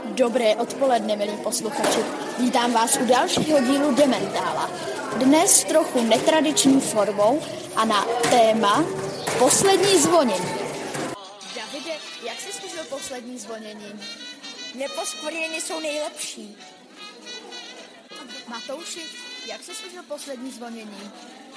Dobré odpoledne, milí posluchači. Vítám vás u dalšího dílu Dementála. Dnes trochu netradiční formou a na téma poslední zvonění. Davide, jak jsi slyšel poslední zvonění? Neposkvrnění jsou nejlepší. Matouši, jak jsi slyšel poslední zvonění?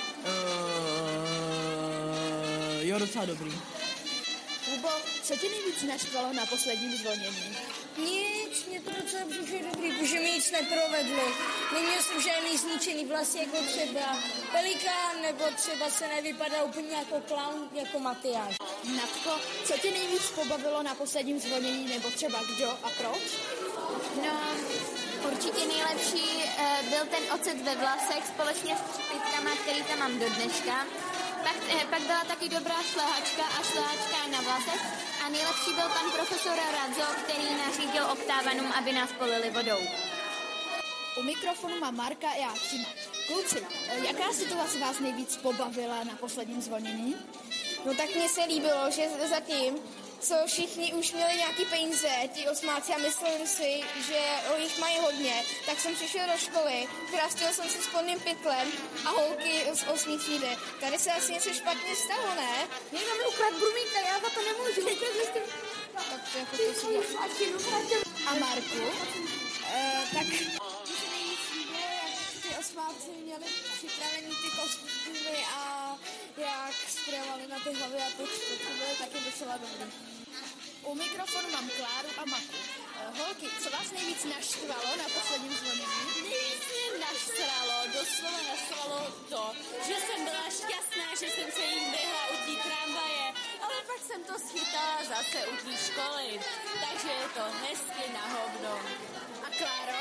Jo, docela dobrý. Kubo, co tě nejvíc naštvalo na posledním zvonění? Nic, mě to docela přišlo dobrý, protože mi nic neprovedli. Neměl jsem žádný zničený vlasy, jako třeba Pelikán, nebo třeba se nevypadal úplně jako clown, jako Matyáš. Natko, co tě nejvíc pobavilo na posledním zvonění, nebo třeba kdo a proč? No, určitě nejlepší byl ten ocet ve vlasech společně s třpitkama, který tam mám do dneška. Pak byla taky dobrá šlehačka na vlasech a nejlepší byl pan profesor Radzo, který nařídil oktávanům, aby nás polili vodou. U mikrofonu má Marka a já Tima. Kluci, jaká situace vás nejvíc pobavila na posledním zvonění? No tak mně se líbilo, že zatím, co všichni už měli nějaký peníze, ti osmáci, a myslím si, že o jich mají hodně, tak jsem přišel do školy, krástil jsem se s plným pytlem a holky z 8 třídy. Tady se asi něco špatně stalo, ne? Někdo mi ukradl brumíka, já za to nemůžu. Tak to jako to si dělá. A Marku? Tak mně se nejvíc líbilo, jak ty osmáci měli připravený ty kostýmy a jak správali na ty hlavy a to bylo taky docela dobrý. U mikrofonu mám Kláru a Maku. Holky, co vás nejvíc naštvalo na posledním zvonění? Nejvíc mě doslova nasralo to, že jsem byla šťastná, že jsem se jim běhla u té tramvaje, ale pak jsem to schytala zase u té školy, takže je to hezky na hovno. A Kláro?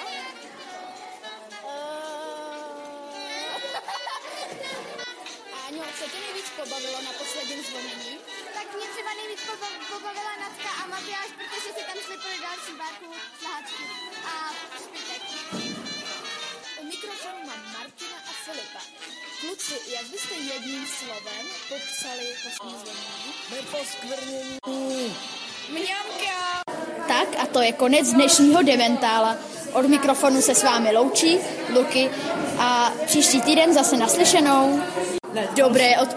Áňo, co tě nejvíc pobavilo na posledním zvonění? Tak mě třeba nejvíc pobavila Natka a Matyáš, protože si tam slipili další bárku, šlehačky a špitek. U mikrofonu mám Martina a Filipa. Kluci, jak byste jedním slovem popsali poslední zvonění? Neposkvrnění. Mňamka! Tak a to je konec dnešního Dementála. Od mikrofonu se s vámi loučí Luky a příští týden zase naslyšenou. Dobré